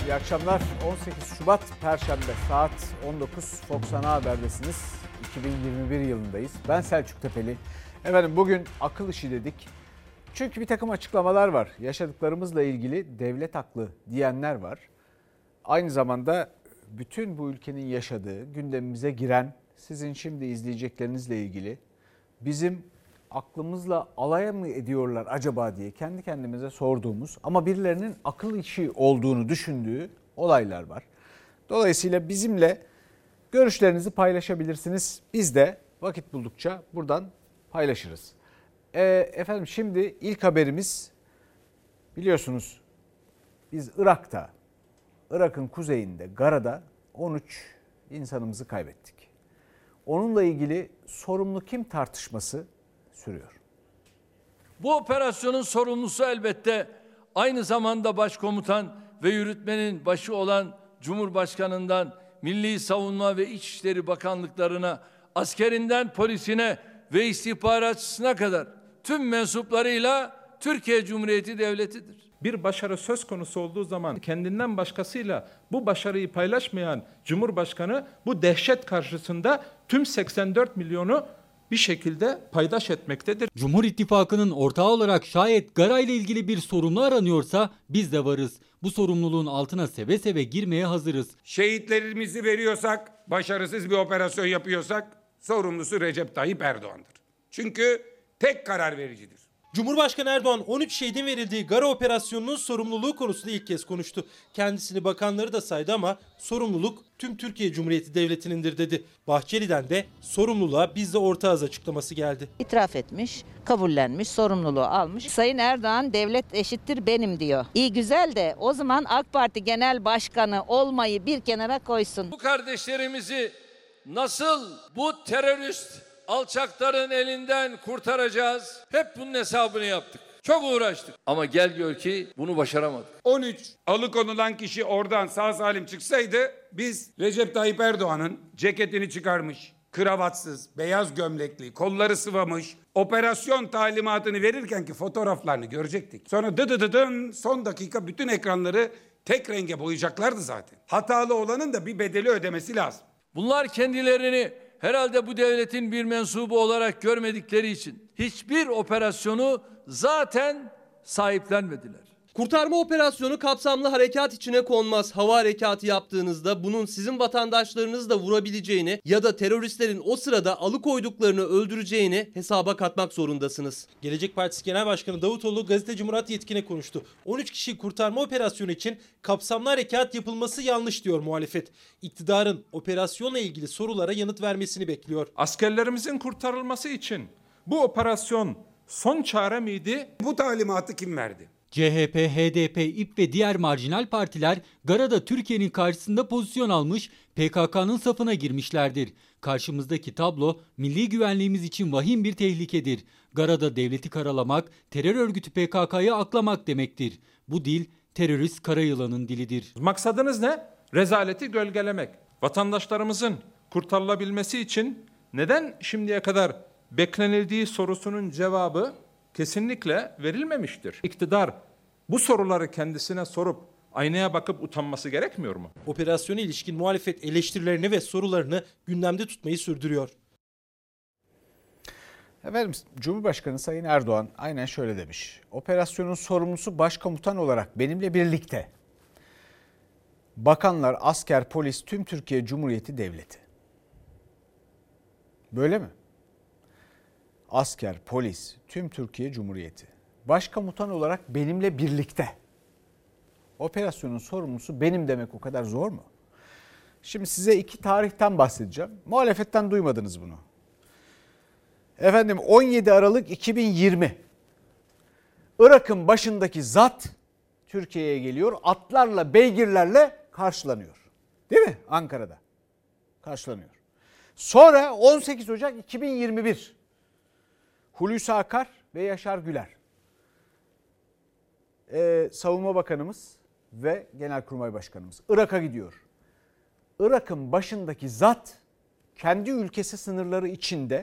İyi akşamlar. 18 Şubat Perşembe saat 19 Fox Ana Haber'desiniz. 2021 yılındayız. Ben Selçuk Tepeli. Efendim bugün akıl işi dedik. Çünkü bir takım açıklamalar var. Yaşadıklarımızla ilgili devlet haklı diyenler var. Aynı zamanda bütün bu ülkenin yaşadığı, gündemimize giren, sizin şimdi izleyeceklerinizle ilgili bizim aklımızla alay mı ediyorlar acaba diye kendi kendimize sorduğumuz ama birilerinin akıl işi olduğunu düşündüğü olaylar var. Dolayısıyla bizimle görüşlerinizi paylaşabilirsiniz. Biz de vakit buldukça buradan paylaşırız. Efendim şimdi ilk haberimiz, biliyorsunuz biz Irak'ın kuzeyinde Gara'da 13 insanımızı kaybettik. Onunla ilgili sorumlu kim tartışması sürüyor. Bu operasyonun sorumlusu elbette aynı zamanda başkomutan ve yürütmenin başı olan Cumhurbaşkanından Milli Savunma ve İçişleri Bakanlıklarına, askerinden polisine ve istihbaratçısına kadar tüm mensuplarıyla Türkiye Cumhuriyeti Devleti'dir. Bir başarı söz konusu olduğu zaman kendinden başkasıyla bu başarıyı paylaşmayan Cumhurbaşkanı bu dehşet karşısında tüm 84 milyonu bir şekilde paydaş etmektedir. Cumhur İttifakı'nın ortağı olarak şayet Gara ile ilgili bir sorumlu aranıyorsa biz de varız. Bu sorumluluğun altına seve seve girmeye hazırız. Şehitlerimizi veriyorsak, başarısız bir operasyon yapıyorsak sorumlusu Recep Tayyip Erdoğan'dır. Çünkü tek karar vericidir. Cumhurbaşkanı Erdoğan 13 şehidin verildiği Gara operasyonunun sorumluluğu konusunda ilk kez konuştu. Kendisini bakanları da saydı ama sorumluluk tüm Türkiye Cumhuriyeti Devleti'nindir dedi. Bahçeli'den de sorumluluğa biz de ortağız açıklaması geldi. İtiraf etmiş, kabullenmiş, sorumluluğu almış. Sayın Erdoğan devlet eşittir benim diyor. İyi güzel de o zaman AK Parti Genel Başkanı olmayı bir kenara koysun. Bu kardeşlerimizi nasıl bu terörist alçakların elinden kurtaracağız? Hep bunun hesabını yaptık. Çok uğraştık. Ama gel gör ki bunu başaramadık. 13 alıkonulan kişi oradan sağ salim çıksaydı biz Recep Tayyip Erdoğan'ın ceketini çıkarmış, kravatsız, beyaz gömlekli, kolları sıvamış, operasyon talimatını verirken ki fotoğraflarını görecektik. Sonra dıdıdıdın son dakika bütün ekranları tek renge boyayacaklardı zaten. Hatalı olanın da bir bedeli ödemesi lazım. Bunlar kendilerini herhalde bu devletin bir mensubu olarak görmedikleri için hiçbir operasyonu zaten sahiplenmediler. Kurtarma operasyonu kapsamlı harekat içine konmaz. Hava harekatı yaptığınızda bunun sizin vatandaşlarınızı da vurabileceğini ya da teröristlerin o sırada alıkoyduklarını öldüreceğini hesaba katmak zorundasınız. Gelecek Partisi Genel Başkanı Davutoğlu Gazeteci Murat Yetkin'e konuştu. 13 kişi kurtarma operasyonu için kapsamlı harekat yapılması yanlış diyor muhalefet. İktidarın operasyonla ilgili sorulara yanıt vermesini bekliyor. Askerlerimizin kurtarılması için bu operasyon son çare miydi? Bu talimatı kim verdi? CHP, HDP, İP ve diğer marjinal partiler Gara'da Türkiye'nin karşısında pozisyon almış, PKK'nın safına girmişlerdir. Karşımızdaki tablo milli güvenliğimiz için vahim bir tehlikedir. Gara'da devleti karalamak, terör örgütü PKK'yı aklamak demektir. Bu dil terörist kara yılanın dilidir. Maksadınız ne? Rezaleti gölgelemek. Vatandaşlarımızın kurtarılabilmesi için neden şimdiye kadar beklenildiği sorusunun cevabı kesinlikle verilmemiştir. İktidar bu soruları kendisine sorup aynaya bakıp utanması gerekmiyor mu? Operasyona ilişkin muhalefet eleştirilerini ve sorularını gündemde tutmayı sürdürüyor. Efendim Cumhurbaşkanı Sayın Erdoğan aynen şöyle demiş. Operasyonun sorumlusu başkomutan olarak benimle birlikte. Bakanlar, asker, polis, tüm Türkiye Cumhuriyeti Devleti. Böyle mi? Asker, polis, tüm Türkiye Cumhuriyeti. Başkomutan olarak benimle birlikte. Operasyonun sorumlusu benim demek o kadar zor mu? Şimdi size iki tarihten bahsedeceğim. Muhalefetten duymadınız bunu. Efendim 17 Aralık 2020. Irak'ın başındaki zat Türkiye'ye geliyor. Atlarla, beygirlerle karşılanıyor. Değil mi? Ankara'da karşılanıyor. Sonra 18 Ocak 2021. Hulusi Akar ve Yaşar Güler. Savunma Bakanımız ve Genelkurmay Başkanımız Irak'a gidiyor. Irak'ın başındaki zat kendi ülkesi sınırları içinde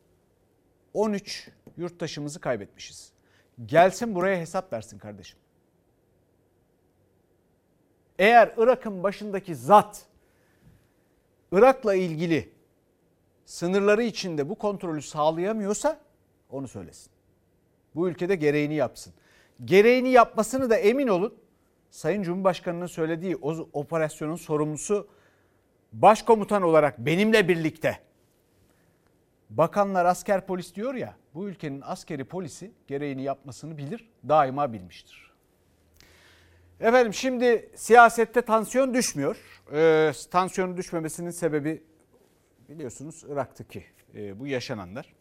13 yurttaşımızı kaybetmişiz. Gelsin buraya hesap versin kardeşim. Eğer Irak'ın başındaki zat Irak'la ilgili sınırları içinde bu kontrolü sağlayamıyorsa onu söylesin. Bu ülkede gereğini yapsın. Gereğini yapmasını da emin olun Sayın Cumhurbaşkanı'nın söylediği o operasyonun sorumlusu başkomutan olarak benimle birlikte. Bakanlar asker polis diyor ya, bu ülkenin askeri polisi gereğini yapmasını bilir, daima bilmiştir. Efendim şimdi siyasette tansiyon düşmüyor. Tansiyonun düşmemesinin sebebi biliyorsunuz Irak'taki bu yaşananlar.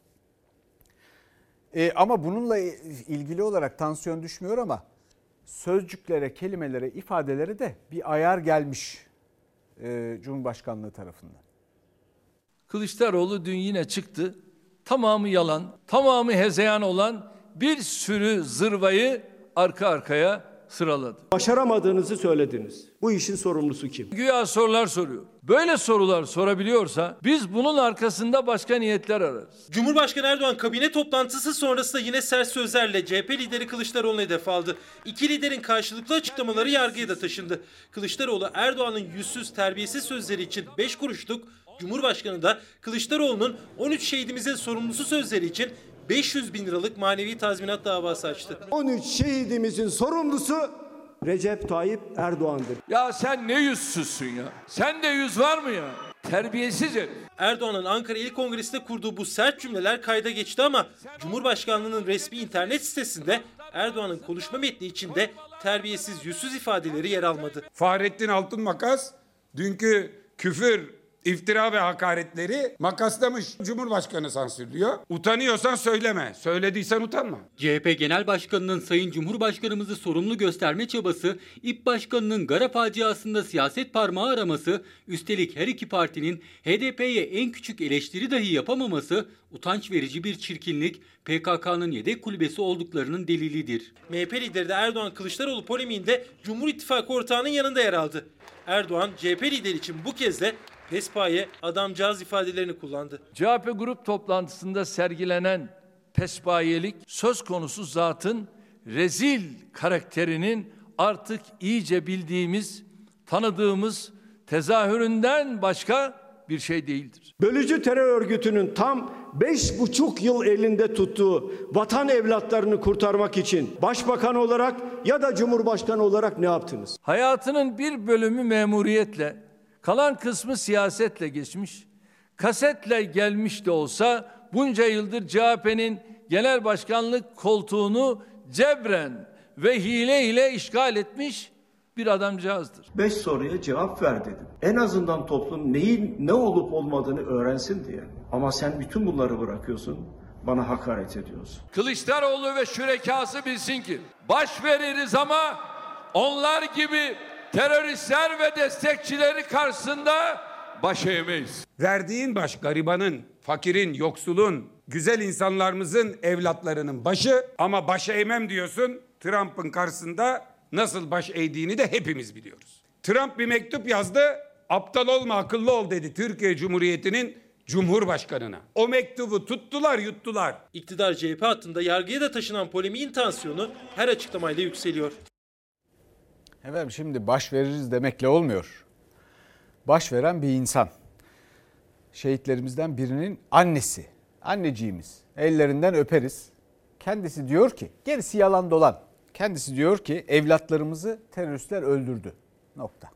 Ama bununla ilgili olarak tansiyon düşmüyor ama sözcüklere, kelimelere, ifadelere de bir ayar gelmiş Cumhurbaşkanlığı tarafından. Kılıçdaroğlu dün yine çıktı. Tamamı yalan, tamamı hezeyan olan bir sürü zırvayı arka arkaya sıraladı. Başaramadığınızı söylediniz. Bu işin sorumlusu kim? Güya sorular soruyor. Böyle sorular sorabiliyorsa biz bunun arkasında başka niyetler ararız. Cumhurbaşkanı Erdoğan kabine toplantısı sonrasında yine sert sözlerle CHP lideri Kılıçdaroğlu'na hedef aldı. İki liderin karşılıklı açıklamaları yargıya da taşındı. Kılıçdaroğlu Erdoğan'ın yüzsüz, terbiyesiz sözleri için 5 kuruşluk, Cumhurbaşkanı da Kılıçdaroğlu'nun 13 şehidimizin sorumlusu sözleri için 500 bin liralık manevi tazminat davası açtı. 13 şehidimizin sorumlusu Recep Tayyip Erdoğan'dır. Ya sen ne yüzsüzsün ya? Sende yüz var mı ya? Terbiyesiz herif. Erdoğan'ın Ankara İl Kongresi'nde kurduğu bu sert cümleler kayda geçti ama Cumhurbaşkanlığı'nın resmi internet sitesinde Erdoğan'ın konuşma metni içinde terbiyesiz, yüzsüz ifadeleri yer almadı. Fahrettin Altınmakas dünkü küfür, İftira ve hakaretleri makaslamış. Cumhurbaşkanı sansürlüyor. Utanıyorsan söyleme. Söylediysen utanma. CHP Genel Başkanı'nın Sayın Cumhurbaşkanımızı sorumlu gösterme çabası, İP Başkanı'nın Gara faciasında siyaset parmağı araması, üstelik her iki partinin HDP'ye en küçük eleştiri dahi yapamaması utanç verici bir çirkinlik, PKK'nın yedek kulübesi olduklarının delilidir. MHP lideri de Erdoğan Kılıçdaroğlu polemiğinde Cumhur İttifakı ortağının yanında yer aldı. Erdoğan CHP lideri için bu kez de pespaye, adamcağız ifadelerini kullandı. CHP grup toplantısında sergilenen pespayelik söz konusu zatın rezil karakterinin artık iyice bildiğimiz, tanıdığımız tezahüründen başka bir şey değildir. Bölücü terör örgütünün tam 5,5 yıl elinde tuttuğu vatan evlatlarını kurtarmak için başbakan olarak ya da cumhurbaşkanı olarak ne yaptınız? Hayatının bir bölümü memuriyetle, kalan kısmı siyasetle geçmiş, kasetle gelmiş de olsa bunca yıldır CHP'nin genel başkanlık koltuğunu cebren ve hileyle işgal etmiş bir adamcağızdır. 5 soruya cevap ver dedim. En azından toplum neyin ne olup olmadığını öğrensin diye. Ama sen bütün bunları bırakıyorsun, bana hakaret ediyorsun. Kılıçdaroğlu ve şürekası bilsin ki baş veririz ama onlar gibi teröristler ve destekçileri karşısında baş eğmeyiz. Verdiğin baş garibanın, fakirin, yoksulun, güzel insanlarımızın evlatlarının başı ama baş eğmem diyorsun. Trump'ın karşısında nasıl baş eğdiğini de hepimiz biliyoruz. Trump bir mektup yazdı. Aptal olma, akıllı ol dedi Türkiye Cumhuriyeti'nin Cumhurbaşkanına. O mektubu tuttular, yuttular. İktidar CHP hattında yargıya da taşınan polemiğin tansiyonu her açıklamayla yükseliyor. Efendim şimdi baş veririz demekle olmuyor. Baş veren bir insan. Şehitlerimizden birinin annesi, anneciğimiz. Ellerinden öperiz. Kendisi diyor ki, gerisi yalan dolan. Kendisi diyor ki evlatlarımızı teröristler öldürdü. Nokta.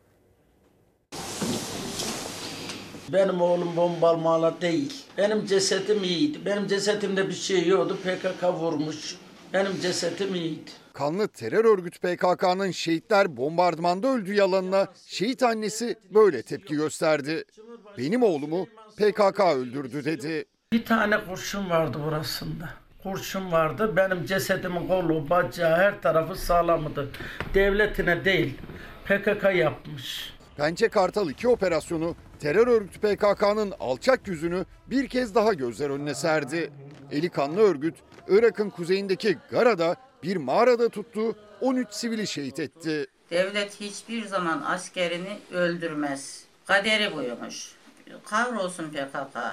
Benim oğlum bombalamalı değil. Benim cesetim iyiydi. Benim cesetimde bir şey yoktu. PKK vurmuş. Benim cesetim iyiydi. Kanlı terör örgütü PKK'nın şehitler bombardımanda öldüğü yalanına şehit annesi böyle tepki gösterdi. Benim oğlumu PKK öldürdü dedi. Bir tane kurşun vardı burasında. Kurşun vardı. Benim cesedimin kolu, bacağı, her tarafı sağlamdı. Devletine değil, PKK yapmış. Pençe Kartal 2 operasyonu terör örgütü PKK'nın alçak yüzünü bir kez daha gözler önüne serdi. Eli kanlı örgüt Irak'ın kuzeyindeki Gara'da bir mağarada tuttuğu 13 sivili şehit etti. Devlet hiçbir zaman askerini öldürmez. Kaderi buymuş. Kahrolsun PKK.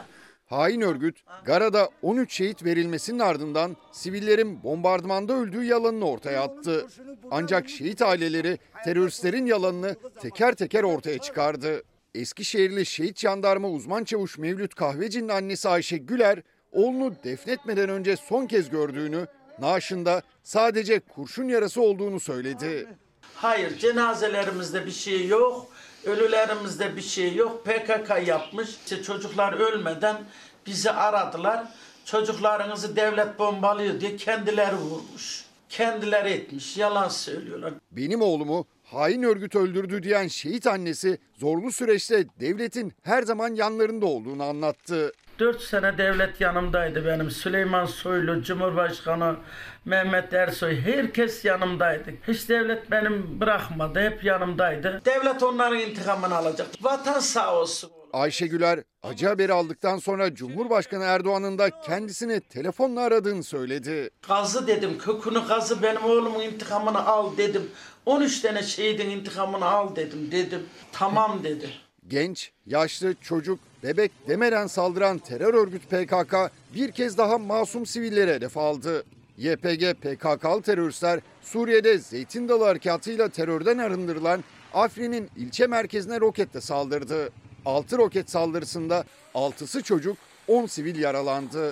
Hain örgüt, Gara'da 13 şehit verilmesinin ardından sivillerin bombardımanda öldüğü yalanını ortaya attı. Ancak şehit aileleri teröristlerin yalanını teker teker ortaya çıkardı. Eskişehirli şehit jandarma uzman çavuş Mevlüt Kahveci'nin annesi Ayşe Güler, oğlunu defnetmeden önce son kez gördüğünü, naaşında sadece kurşun yarası olduğunu söyledi. Hayır, cenazelerimizde bir şey yok. Ölülerimizde bir şey yok. PKK yapmış. İşte çocuklar ölmeden bizi aradılar. Çocuklarınızı devlet bombalıyor diye kendileri vurmuş. Kendileri etmiş. Yalan söylüyorlar. Benim oğlumu hain örgüt öldürdü diyen şehit annesi zorlu süreçte devletin her zaman yanlarında olduğunu anlattı. 4 sene devlet yanımdaydı benim. Süleyman Soylu, Cumhurbaşkanı Mehmet Ersoy, herkes yanımdaydı. Hiç devlet benim bırakmadı, hep yanımdaydı. Devlet onların intikamını alacak. Vatan sağ olsun. Ayşe Güler acı haberi aldıktan sonra Cumhurbaşkanı Erdoğan'ın da kendisini telefonla aradığını söyledi. Kazı dedim, kökünü kazı, benim oğlumun intikamını al dedim. 13 tane şehidin intikamını al dedim. Tamam dedi. Genç, yaşlı, çocuk, bebek demeden saldıran terör örgütü PKK bir kez daha masum sivillere hedef aldı. YPG PKK'lı teröristler Suriye'de Zeytin Dalı Harekatı'yla terörden arındırılan Afrin'in ilçe merkezine roketle saldırdı. 6 roket saldırısında 6'sı çocuk, 10 sivil yaralandı.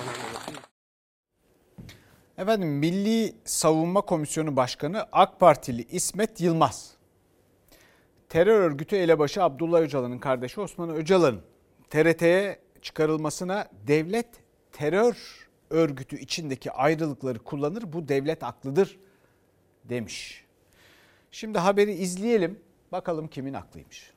Efendim, Milli Savunma Komisyonu Başkanı AK Partili İsmet Yılmaz, terör örgütü elebaşı Abdullah Öcalan'ın kardeşi Osman Öcalan'ın TRT'ye çıkarılmasına devlet terör örgütü içindeki ayrılıkları kullanır, bu devlet aklıdır demiş. Şimdi haberi izleyelim, bakalım kimin aklıymış.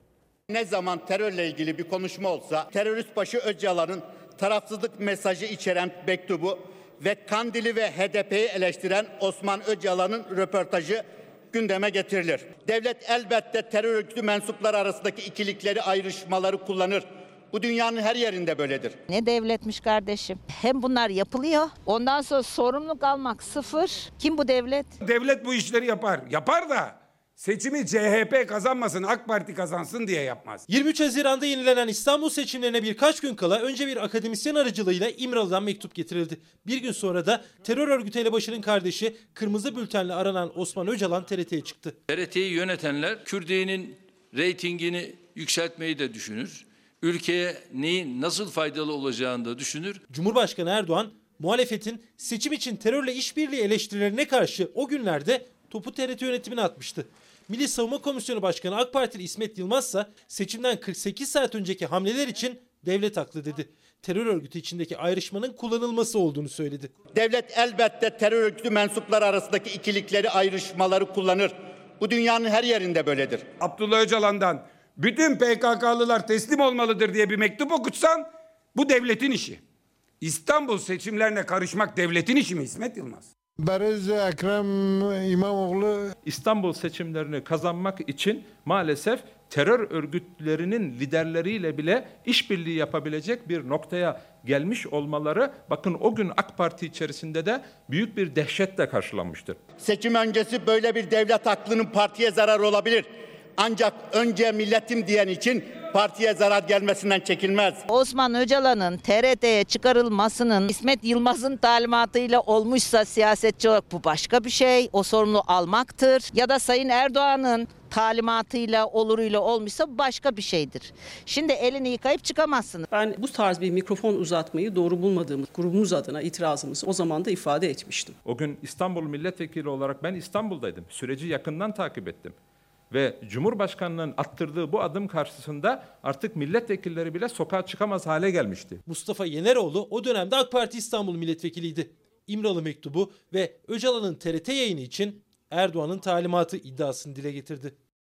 Ne zaman terörle ilgili bir konuşma olsa terörist başı Öcalan'ın tarafsızlık mesajı içeren mektubu ve Kandil'i ve HDP'yi eleştiren Osman Öcalan'ın röportajı gündeme getirilir. Devlet elbette terör örgütü mensupları arasındaki ikilikleri, ayrışmaları kullanır. Bu dünyanın her yerinde böyledir. Ne devletmiş kardeşim. Hem bunlar yapılıyor. Ondan sonra sorumluluk almak sıfır. Kim bu devlet? Devlet bu işleri yapar. Yapar da seçimi CHP kazanmasın, AK Parti kazansın diye yapmaz. 23 Haziran'da yenilenen İstanbul seçimlerine birkaç gün kala önce bir akademisyen aracılığıyla İmralı'dan mektup getirildi. Bir gün sonra da terör örgütü elebaşının kardeşi kırmızı bültenle aranan Osman Öcalan TRT'ye çıktı. TRT'yi yönetenler Kürdiye'nin reytingini yükseltmeyi de düşünür. Ülkeye neyin nasıl faydalı olacağını da düşünür. Cumhurbaşkanı Erdoğan, muhalefetin seçim için terörle işbirliği eleştirilerine karşı o günlerde topu TRT yönetimine atmıştı. Milli Savunma Komisyonu Başkanı AK Partili İsmet Yılmaz ise seçimden 48 saat önceki hamleler için devlet haklı dedi. Terör örgütü içindeki ayrışmanın kullanılması olduğunu söyledi. Devlet elbette terör örgütü mensupları arasındaki ikilikleri, ayrışmaları kullanır. Bu dünyanın her yerinde böyledir. Abdullah Öcalan'dan bütün PKK'lılar teslim olmalıdır diye bir mektup okutsan bu devletin işi. İstanbul seçimlerine karışmak devletin işi mi İsmet Yılmaz? Barış Ekrem İmamoğlu İstanbul seçimlerini kazanmak için maalesef terör örgütlerinin liderleriyle bile işbirliği yapabilecek bir noktaya gelmiş olmaları, bakın o gün AK Parti içerisinde de büyük bir dehşetle karşılanmıştır. Seçim öncesi böyle bir devlet aklının partiye zararı olabilir. Ancak önce milletim diyen için partiye zarar gelmesinden çekinmez. Osman Öcalan'ın TRT'ye çıkarılmasının İsmet Yılmaz'ın talimatıyla olmuşsa siyasetçi olarak bu başka bir şey. O sorumluluğu almaktır. Ya da Sayın Erdoğan'ın talimatıyla oluruyla olmuşsa başka bir şeydir. Şimdi elini yıkayıp çıkamazsınız. Ben bu tarz bir mikrofon uzatmayı doğru bulmadığımı, grubumuz adına itirazımızı o zaman da ifade etmiştim. O gün İstanbul milletvekili olarak ben İstanbul'daydım. Süreci yakından takip ettim. Ve Cumhurbaşkanı'nın attırdığı bu adım karşısında artık milletvekilleri bile sokağa çıkamaz hale gelmişti. Mustafa Yeneroğlu o dönemde AK Parti İstanbul milletvekiliydi. İmralı mektubu ve Öcalan'ın TRT yayını için Erdoğan'ın talimatı iddiasını dile getirdi.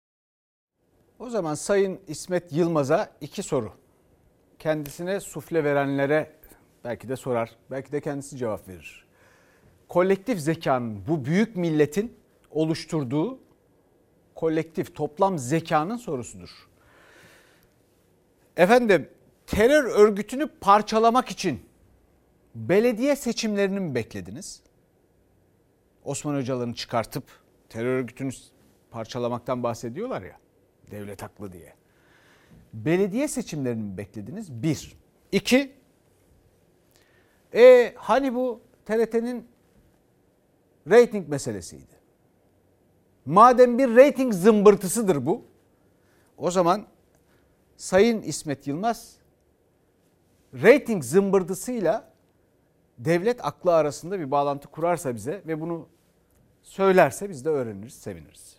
O zaman Sayın İsmet Yılmaz'a 2 soru. Kendisine sufle verenlere belki de sorar, belki de kendisi cevap verir. Kolektif zekanın, bu büyük milletin oluşturduğu kolektif toplam zekanın sorusudur. Efendim, terör örgütünü parçalamak için belediye seçimlerini mi beklediniz? Osman Öcalan'ı çıkartıp terör örgütünü parçalamaktan bahsediyorlar ya, devlet haklı diye. Belediye seçimlerini mi beklediniz? 1. 2. Hani bu TRT'nin reyting meselesiydi. Madem bir reyting zımbırtısıdır bu, o zaman Sayın İsmet Yılmaz reyting zımbırtısıyla devlet aklı arasında bir bağlantı kurarsa bize ve bunu söylerse biz de öğreniriz, seviniriz.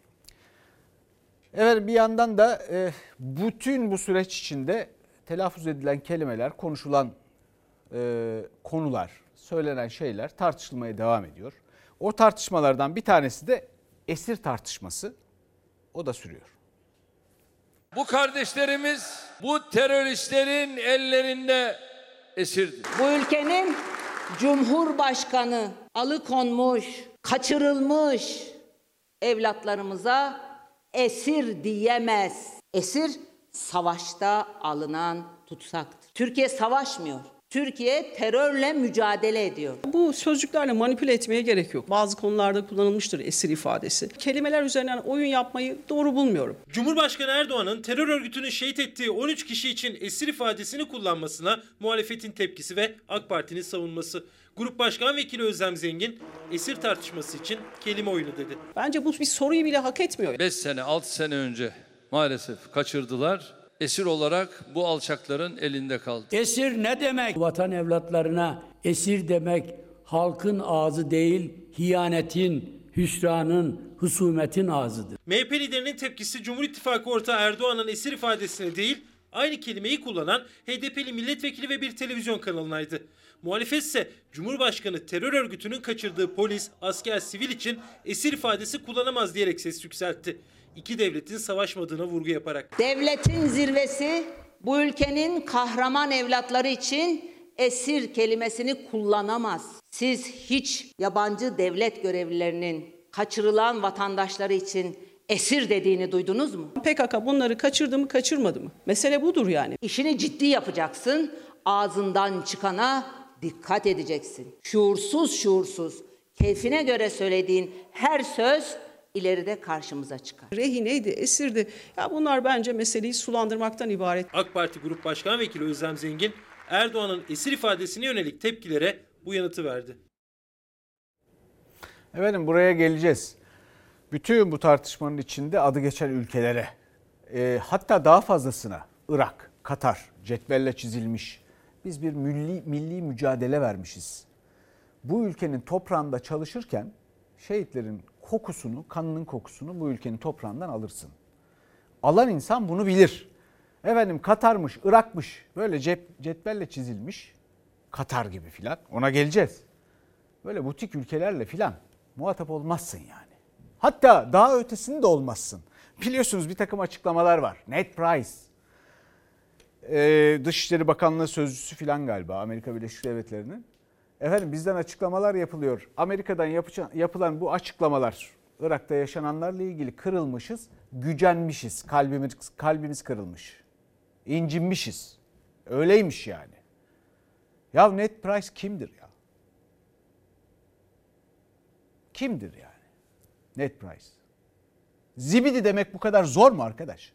Evet, bir yandan da bütün bu süreç içinde telaffuz edilen kelimeler, konuşulan konular, söylenen şeyler tartışılmaya devam ediyor. O tartışmalardan bir tanesi de esir tartışması. O da sürüyor. Bu kardeşlerimiz bu teröristlerin ellerinde esirdir. Bu ülkenin Cumhurbaşkanı alıkonmuş, kaçırılmış evlatlarımıza esir diyemez. Esir savaşta alınan tutsaktır. Türkiye savaşmıyor. Türkiye terörle mücadele ediyor. Bu sözcüklerle manipüle etmeye gerek yok. Bazı konularda kullanılmıştır esir ifadesi. Kelimeler üzerinden oyun yapmayı doğru bulmuyorum. Cumhurbaşkanı Erdoğan'ın terör örgütünün şehit ettiği 13 kişi için esir ifadesini kullanmasına muhalefetin tepkisi ve AK Parti'nin savunması. Grup Başkan Vekili Özlem Zengin esir tartışması için kelime oyunu dedi. Bence bu bir soruyu bile hak etmiyor. 5 sene 6 sene önce maalesef kaçırdılar. Esir olarak bu alçakların elinde kaldı. Esir ne demek? Vatan evlatlarına esir demek halkın ağzı değil, hiyanetin, hüsranın, husumetin ağzıdır. MHP liderinin tepkisi Cumhur İttifakı ortağı Erdoğan'ın esir ifadesine değil, aynı kelimeyi kullanan HDP'li milletvekili ve bir televizyon kanalınaydı. Muhalefet ise Cumhurbaşkanı terör örgütünün kaçırdığı polis, asker, sivil için esir ifadesi kullanamaz diyerek ses yükseltti. İki devletin savaşmadığına vurgu yaparak. Devletin zirvesi bu ülkenin kahraman evlatları için esir kelimesini kullanamaz. Siz hiç yabancı devlet görevlilerinin kaçırılan vatandaşları için esir dediğini duydunuz mu? PKK bunları kaçırdı mı, kaçırmadı mı? Mesele budur yani. İşini ciddi yapacaksın. Ağzından çıkana dikkat edeceksin. Şuursuz, keyfine göre söylediğin her söz ileride karşımıza çıkar. Rehineydi, esirdi. Ya bunlar bence meseleyi sulandırmaktan ibaret. AK Parti Grup Başkan Vekili Özlem Zengin, Erdoğan'ın esir ifadesine yönelik tepkilere bu yanıtı verdi. Efendim, buraya geleceğiz. Bütün bu tartışmanın içinde adı geçen ülkelere, hatta daha fazlasına Irak, Katar cetvelle çizilmiş. Biz bir milli mücadele vermişiz. Bu ülkenin toprağında çalışırken şehitlerin kokusunu, kanının kokusunu bu ülkenin toprağından alırsın. Alan insan bunu bilir. Efendim, Katar'mış, Irak'mış, böyle cetvelle çizilmiş, Katar gibi filan, ona geleceğiz. Böyle butik ülkelerle filan muhatap olmazsın yani. Hatta daha ötesini de olmazsın. Biliyorsunuz bir takım açıklamalar var. Ned Price, Dışişleri Bakanlığı sözcüsü filan galiba Amerika Birleşik Devletleri'nin. Efendim, bizden açıklamalar yapılıyor. Amerika'dan yapılan bu açıklamalar, Irak'ta yaşananlarla ilgili kırılmışız, gücenmişiz, kalbimiz kırılmış, incinmişiz. Öyleymiş yani. Ya Ned Price kimdir ya? Kimdir yani Ned Price? Zibidi demek bu kadar zor mu arkadaş?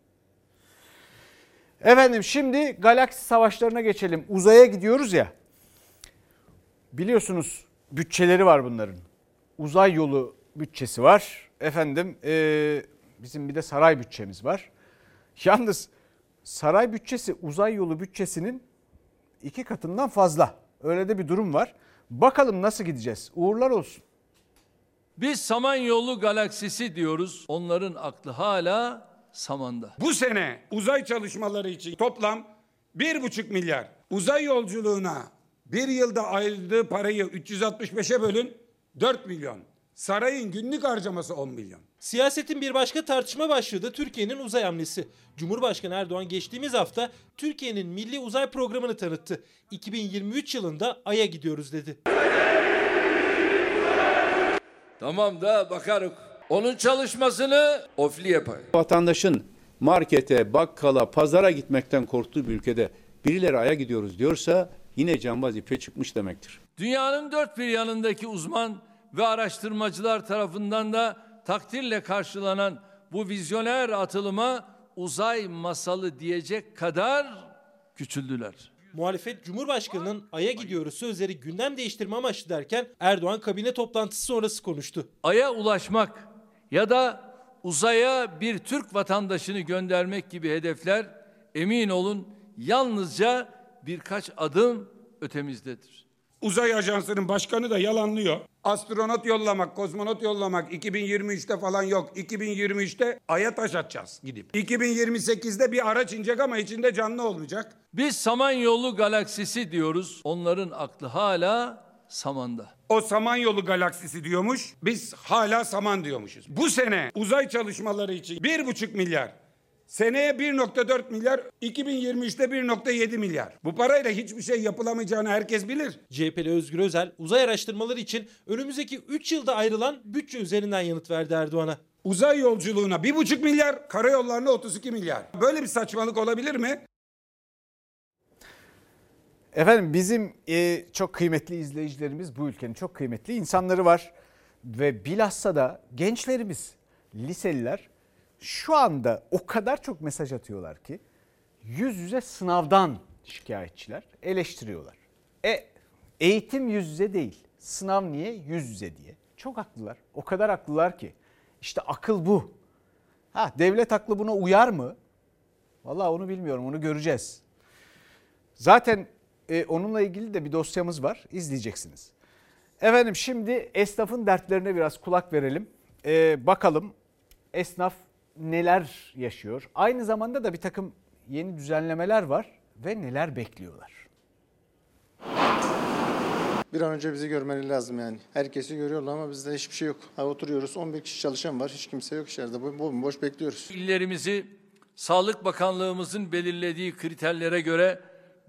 Efendim, şimdi galaksi savaşlarına geçelim. Uzaya gidiyoruz ya. Biliyorsunuz bütçeleri var bunların. Uzay yolu bütçesi var. Efendim, bizim bir de saray bütçemiz var. Yalnız saray bütçesi uzay yolu bütçesinin 2 katından fazla. Öyle de bir durum var. Bakalım nasıl gideceğiz? Uğurlar olsun. Biz Samanyolu galaksisi diyoruz. Onların aklı hala samanda. Bu sene uzay çalışmaları için toplam 1,5 milyar. Uzay yolculuğuna bir yılda ayırdığı parayı 365'e bölün, 4 milyon. Sarayın günlük harcaması 10 milyon. Siyasetin bir başka tartışma başlığı da Türkiye'nin uzay hamlesi. Cumhurbaşkanı Erdoğan geçtiğimiz hafta Türkiye'nin milli uzay programını tanıttı. 2023 yılında Ay'a gidiyoruz dedi. Tamam da bakarız. Onun çalışmasını ofli yapar. Vatandaşın markete, bakkala, pazara gitmekten korktuğu bir ülkede birileri Ay'a gidiyoruz diyorsa yine cambaz ipe çıkmış demektir. Dünyanın dört bir yanındaki uzman ve araştırmacılar tarafından da takdirle karşılanan bu vizyoner atılıma uzay masalı diyecek kadar küçüldüler. Muhalefet Cumhurbaşkanı'nın Ay'a gidiyoruz sözleri gündem değiştirme amaçlı derken Erdoğan kabine toplantısı sonrası konuştu. Ay'a ulaşmak ya da uzaya bir Türk vatandaşını göndermek gibi hedefler emin olun yalnızca birkaç adım ötemizdedir. Uzay Ajansı'nın başkanı da yalanlıyor. Astronot yollamak, kozmonot yollamak 2023'te falan yok. 2023'te Ay'a taş atacağız gidip. 2028'de bir araç inecek ama içinde canlı olmayacak. Biz Samanyolu galaksisi diyoruz. Onların aklı hala samanda. O Samanyolu galaksisi diyormuş. Biz hala saman diyormuşuz. Bu sene uzay çalışmaları için 1,5 milyar. Seneye 1,4 milyar, 2023'te 1,7 milyar. Bu parayla hiçbir şey yapılamayacağını herkes bilir. CHP'li Özgür Özel uzay araştırmaları için önümüzdeki 3 yılda ayrılan bütçe üzerinden yanıt verdi Erdoğan'a. Uzay yolculuğuna 1,5 milyar, karayollarına 32 milyar. Böyle bir saçmalık olabilir mi? Efendim bizim çok kıymetli izleyicilerimiz, bu ülkenin çok kıymetli insanları var. Ve bilhassa da gençlerimiz, liseliler şu anda o kadar çok mesaj atıyorlar ki yüz yüze sınavdan şikayetçiler, eleştiriyorlar. Eğitim yüz yüze değil, sınav niye yüz yüze diye. Çok haklılar, o kadar haklılar ki. İşte akıl bu. Devlet aklı buna uyar mı? Vallahi onu bilmiyorum, onu göreceğiz. Zaten onunla ilgili de bir dosyamız var, izleyeceksiniz. Efendim şimdi esnafın dertlerine biraz kulak verelim. Bakalım esnaf neler yaşıyor? Aynı zamanda da bir takım yeni düzenlemeler var ve neler bekliyorlar? Bir an önce bizi görmeleri lazım yani. Herkesi görüyorlar ama bizde hiçbir şey yok. Oturuyoruz 11 kişi çalışan var, hiç kimse yok içeride. Boş bekliyoruz. İllerimizi Sağlık Bakanlığımızın belirlediği kriterlere göre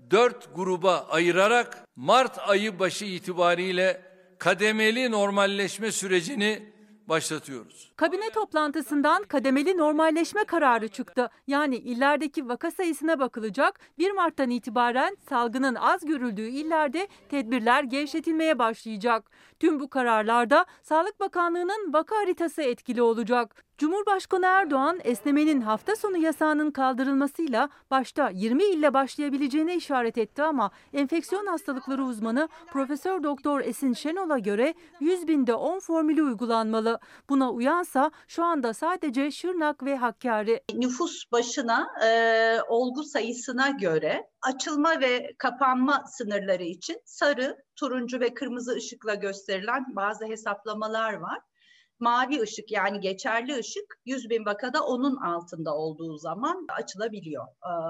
4 gruba ayırarak Mart ayı başı itibariyle kademeli normalleşme sürecini başlatıyoruz. Kabine toplantısından kademeli normalleşme kararı çıktı. Yani illerdeki vaka sayısına bakılacak. 1 Mart'tan itibaren salgının az görüldüğü illerde tedbirler gevşetilmeye başlayacak. Tüm bu kararlarda Sağlık Bakanlığı'nın vaka haritası etkili olacak. Cumhurbaşkanı Erdoğan esnemenin hafta sonu yasağının kaldırılmasıyla başta 20 ille başlayabileceğine işaret etti ama enfeksiyon hastalıkları uzmanı Profesör Doktor Esin Şenol'a göre 100 binde 10 formülü uygulanmalı. Buna uyansa şu anda sadece Şırnak ve Hakkari. Nüfus başına olgu sayısına göre açılma ve kapanma sınırları için sarı, turuncu ve kırmızı ışıkla gösterilen bazı hesaplamalar var. Mavi ışık yani geçerli ışık 100 bin vakada onun altında olduğu zaman açılabiliyor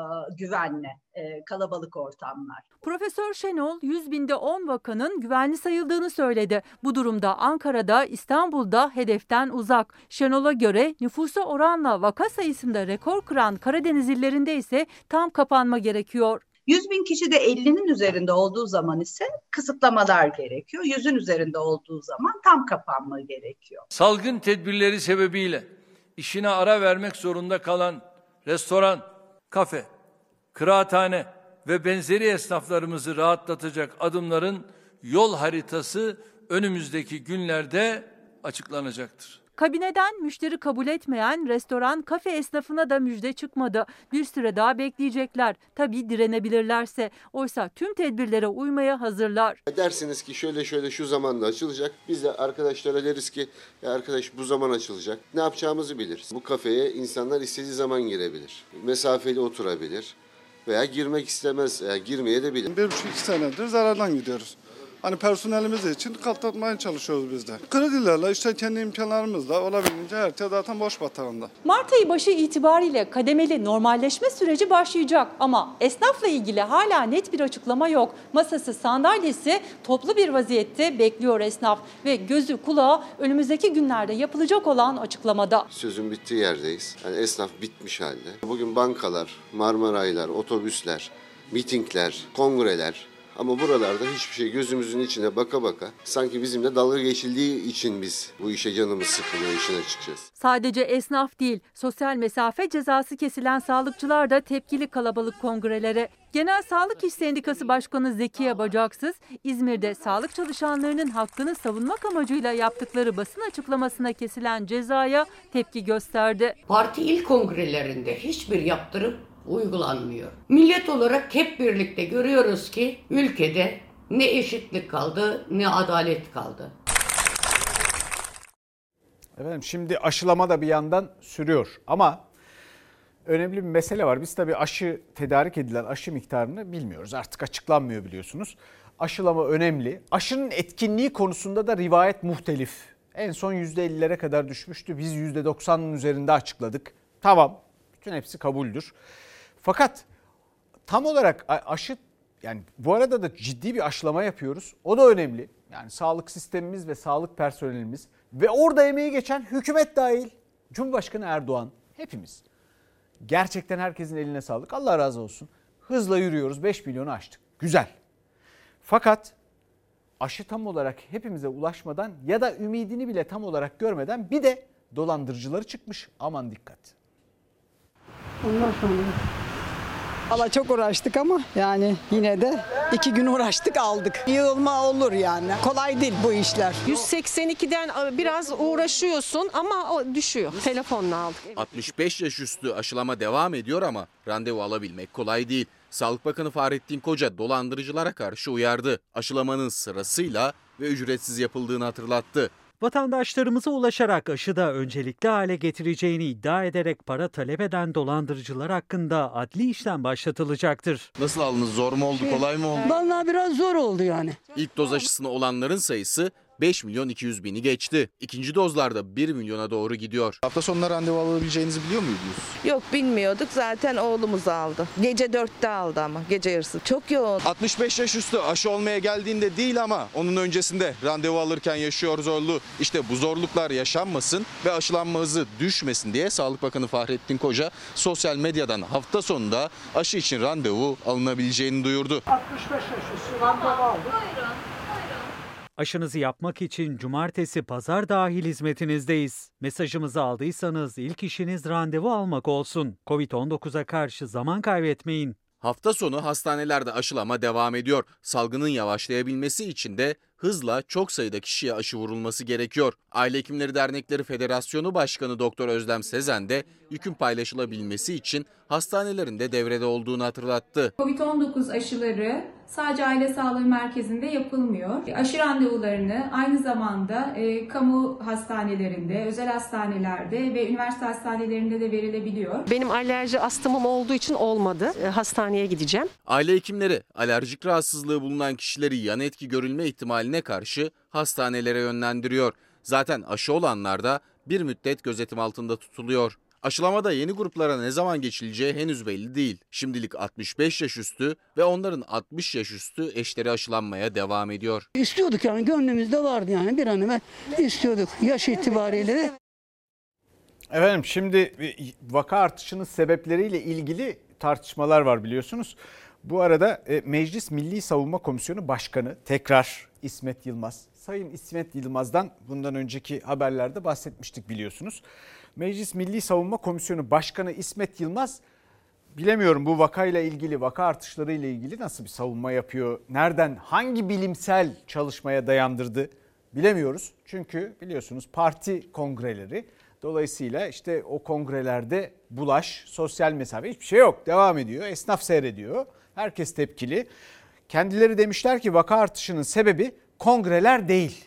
güvenle kalabalık ortamlar. Profesör Şenol 100 binde 10 vakanın güvenli sayıldığını söyledi. Bu durumda Ankara'da, İstanbul'da hedeften uzak. Şenol'a göre nüfusa oranla vaka sayısında rekor kıran Karadeniz illerinde ise tam kapanma gerekiyor. 100 bin kişi de 50'nin üzerinde olduğu zaman ise kısıtlamalar gerekiyor. 100'ün üzerinde olduğu zaman tam kapanma gerekiyor. Salgın tedbirleri sebebiyle işine ara vermek zorunda kalan restoran, kafe, kıraathane ve benzeri esnaflarımızı rahatlatacak adımların yol haritası önümüzdeki günlerde açıklanacaktır. Kabineden müşteri kabul etmeyen restoran, kafe esnafına da müjde çıkmadı. Bir süre daha bekleyecekler. Tabii direnebilirlerse. Oysa tüm tedbirlere uymaya hazırlar. Dersiniz ki şöyle şu zamanda açılacak. Biz de arkadaşlara deriz ki ya arkadaş bu zaman açılacak. Ne yapacağımızı biliriz. Bu kafeye insanlar istediği zaman girebilir. Mesafeli oturabilir veya girmek istemez, girmeye de bilir. 1,5-2 senedir zarardan gidiyoruz. Hani personelimiz için katlatmaya çalışıyoruz biz de. Kredilerle işte kendi imkanlarımızla olabildiğince herkes zaten boş batağında. Mart ayı başı itibariyle kademeli normalleşme süreci başlayacak ama esnafla ilgili hala net bir açıklama yok. Masası, sandalyesi toplu bir vaziyette bekliyor esnaf ve gözü kulağı önümüzdeki günlerde yapılacak olan açıklamada. Sözün bittiği yerdeyiz. Yani esnaf bitmiş halde. Bugün bankalar, Marmaraylar, otobüsler, mitingler, kongreler. Ama buralarda hiçbir şey gözümüzün içine baka baka sanki bizimle dalga geçildiği için biz bu işe canımız sıkılıyor işine çıkacağız. Sadece esnaf değil, sosyal mesafe cezası kesilen sağlıkçılar da tepkili kalabalık kongrelere. Genel Sağlık İş Sendikası Başkanı Zekiye Bacaksız, İzmir'de sağlık çalışanlarının hakkını savunmak amacıyla yaptıkları basın açıklamasına kesilen cezaya tepki gösterdi. Parti il kongrelerinde hiçbir yaptırım uygulanmıyor. Millet olarak hep birlikte görüyoruz ki ülkede ne eşitlik kaldı ne adalet kaldı. Efendim şimdi aşılama da bir yandan sürüyor ama önemli bir mesele var. Biz tabii aşı tedarik edilen aşı miktarını bilmiyoruz. Artık açıklanmıyor biliyorsunuz. Aşılama önemli. Aşının etkinliği konusunda da rivayet muhtelif. En son %50'lere kadar düşmüştü. Biz %90'ın üzerinde açıkladık. Tamam, bütün hepsi kabuldür. Fakat tam olarak aşı, yani bu arada da ciddi bir aşılama yapıyoruz. O da önemli. Yani sağlık sistemimiz ve sağlık personelimiz ve orada emeği geçen hükümet dahil, Cumhurbaşkanı Erdoğan, hepimiz. Gerçekten herkesin eline sağlık. Allah razı olsun. Hızla yürüyoruz. 5 milyonu aştık. Güzel. Fakat aşı tam olarak hepimize ulaşmadan ya da ümidini bile tam olarak görmeden bir de dolandırıcıları çıkmış. Aman dikkat. Ondan sonra valla çok uğraştık ama yani yine de 2 gün uğraştık aldık. Yığılma olur yani. Kolay değil bu işler. 182'den biraz uğraşıyorsun ama o düşüyor. Telefonla aldık. 65 yaş üstü aşılama devam ediyor ama randevu alabilmek kolay değil. Sağlık Bakanı Fahrettin Koca dolandırıcılara karşı uyardı. Aşılamanın sırasıyla ve ücretsiz yapıldığını hatırlattı. Vatandaşlarımıza ulaşarak aşıda öncelikli hale getireceğini iddia ederek para talep eden dolandırıcılar hakkında adli işlem başlatılacaktır. Nasıl aldınız? Zor mu oldu, kolay mı oldu? Vallahi biraz zor oldu yani. İlk doz aşısını olanların sayısı 5.200.000'i geçti. İkinci dozlarda 1 milyona doğru gidiyor. Hafta sonuna randevu alabileceğinizi biliyor muydunuz? Yok, bilmiyorduk. Zaten oğlumuz aldı. Gece 4'te aldı ama gece yarısı. Çok yoğun. 65 yaş üstü aşı olmaya geldiğinde değil ama onun öncesinde randevu alırken yaşıyor zorluğu. İşte bu zorluklar yaşanmasın ve aşılanma hızı düşmesin diye Sağlık Bakanı Fahrettin Koca sosyal medyadan hafta sonunda aşı için randevu alınabileceğini duyurdu. 65 yaş üstü randevu aldık. Buyurun. Aşınızı yapmak için cumartesi, pazar dahil hizmetinizdeyiz. Mesajımızı aldıysanız ilk işiniz randevu almak olsun. Covid-19'a karşı zaman kaybetmeyin. Hafta sonu hastanelerde aşılama devam ediyor. Salgının yavaşlayabilmesi için de hızla çok sayıda kişiye aşı vurulması gerekiyor. Aile Hekimleri Dernekleri Federasyonu Başkanı Doktor Özlem Sezen de yükün paylaşılabilmesi için hastanelerin de devrede olduğunu hatırlattı. Covid-19 aşıları sadece aile sağlığı merkezinde yapılmıyor. Aşı randevularını aynı zamanda kamu hastanelerinde, özel hastanelerde ve üniversite hastanelerinde de verilebiliyor. Benim alerji astımım olduğu için olmadı. Hastaneye gideceğim. Aile hekimleri alerjik rahatsızlığı bulunan kişileri yan etki görülme ihtimaline karşı hastanelere yönlendiriyor. Zaten aşı olanlar da bir müddet gözetim altında tutuluyor. Aşılamada yeni gruplara ne zaman geçileceği henüz belli değil. Şimdilik 65 yaş üstü ve onların 60 yaş üstü eşleri aşılanmaya devam ediyor. İstiyorduk yani, gönlümüzde vardı yani, bir an evvel istiyorduk yaş itibariyle de. Efendim şimdi vaka artışının sebepleriyle ilgili tartışmalar var biliyorsunuz. Bu arada Meclis Milli Savunma Komisyonu Başkanı tekrar İsmet Yılmaz. Sayın İsmet Yılmaz'dan bundan önceki haberlerde bahsetmiştik biliyorsunuz. Meclis Milli Savunma Komisyonu Başkanı İsmet Yılmaz, bilemiyorum bu vakayla ilgili, vaka artışlarıyla ilgili nasıl bir savunma yapıyor? Nereden, hangi bilimsel çalışmaya dayandırdı bilemiyoruz. Çünkü biliyorsunuz parti kongreleri, dolayısıyla işte o kongrelerde bulaş, sosyal mesafe hiçbir şey yok. Devam ediyor, esnaf seyrediyor, herkes tepkili. Kendileri demişler ki vaka artışının sebebi kongreler değil.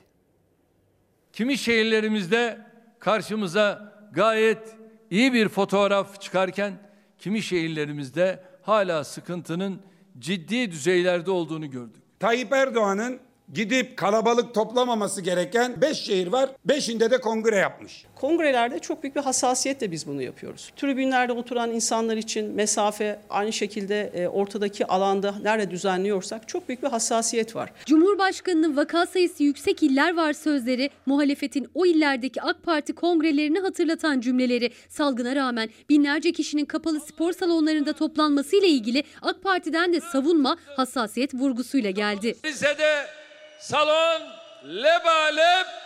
Kimi şehirlerimizde karşımıza gayet iyi bir fotoğraf çıkarken kimi şehirlerimizde hala sıkıntının ciddi düzeylerde olduğunu gördük. Tayyip Erdoğan'ın gidip kalabalık toplamaması gereken 5 şehir var. 5'inde de kongre yapmış. Kongrelerde çok büyük bir hassasiyetle biz bunu yapıyoruz. Tribünlerde oturan insanlar için mesafe, aynı şekilde ortadaki alanda nerede düzenliyorsak çok büyük bir hassasiyet var. Cumhurbaşkanının vaka sayısı yüksek iller var sözleri, muhalefetin o illerdeki AK Parti kongrelerini hatırlatan cümleleri, salgına rağmen binlerce kişinin kapalı spor salonlarında toplanmasıyla ilgili AK Parti'den de savunma, hassasiyet vurgusuyla geldi. Rize'de salon lebalep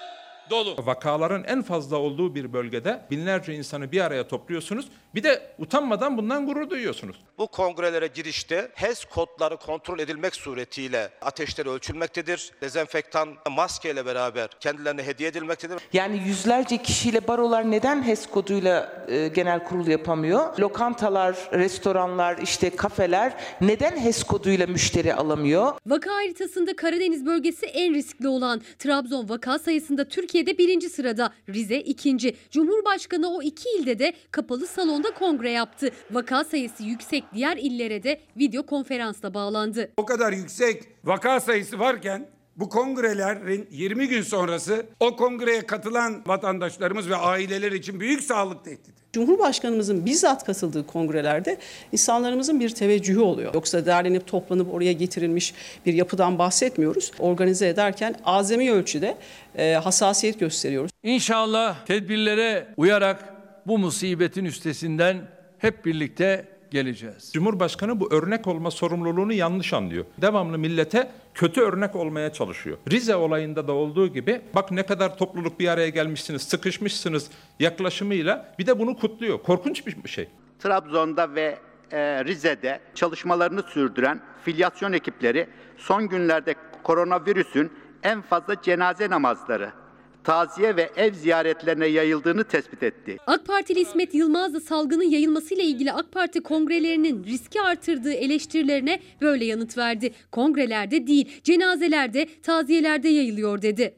dolu. Vakaların en fazla olduğu bir bölgede binlerce insanı bir araya topluyorsunuz. Bir de utanmadan bundan gurur duyuyorsunuz. Bu kongrelere girişte HES kodları kontrol edilmek suretiyle ateşleri ölçülmektedir. Dezenfektan maskeyle beraber kendilerine hediye edilmektedir. Yani yüzlerce kişiyle barolar neden HES koduyla genel kurul yapamıyor? Lokantalar, restoranlar, işte kafeler neden HES koduyla müşteri alamıyor? Vaka haritasında Karadeniz bölgesi en riskli olan. Trabzon vaka sayısında Türkiye'de 1. sırada, Rize 2. Cumhurbaşkanı o iki ilde de kapalı salonda kongre yaptı. Vaka sayısı yüksek diğer illere de video konferansla bağlandı. O kadar yüksek vaka sayısı varken bu kongrelerin 20 gün sonrası o kongreye katılan vatandaşlarımız ve aileler için büyük sağlık tehdidi. Cumhurbaşkanımızın bizzat katıldığı kongrelerde insanlarımızın bir teveccühü oluyor. Yoksa derlenip toplanıp oraya getirilmiş bir yapıdan bahsetmiyoruz. Organize ederken azami ölçüde hassasiyet gösteriyoruz. İnşallah tedbirlere uyarak bu musibetin üstesinden hep birlikte geleceğiz. Cumhurbaşkanı bu örnek olma sorumluluğunu yanlış anlıyor. Devamlı millete kötü örnek olmaya çalışıyor. Rize olayında da olduğu gibi bak ne kadar topluluk bir araya gelmişsiniz, sıkışmışsınız yaklaşımıyla bir de bunu kutluyor. Korkunç bir şey. Trabzon'da ve Rize'de çalışmalarını sürdüren filyasyon ekipleri son günlerde koronavirüsün en fazla cenaze namazları, taziye ve ev ziyaretlerine yayıldığını tespit etti. AK Partili İsmet Yılmaz da salgının yayılmasıyla ilgili AK Parti kongrelerinin riski artırdığı eleştirilerine böyle yanıt verdi. Kongrelerde değil, cenazelerde, taziyelerde yayılıyor dedi.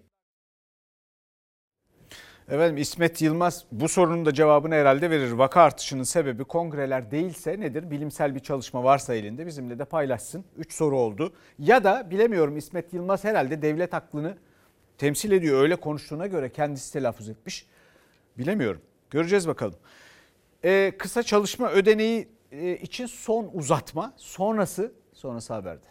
Efendim İsmet Yılmaz bu sorunun da cevabını herhalde verir. Vaka artışının sebebi kongreler değilse nedir? Bilimsel bir çalışma varsa elinde bizimle de paylaşsın. 3 soru oldu. Ya da bilemiyorum, İsmet Yılmaz herhalde devlet aklını temsil ediyor. Öyle konuştuğuna göre kendisi telaffuz etmiş. Bilemiyorum. Göreceğiz bakalım. Kısa çalışma ödeneği için son uzatma. Sonrası haberde.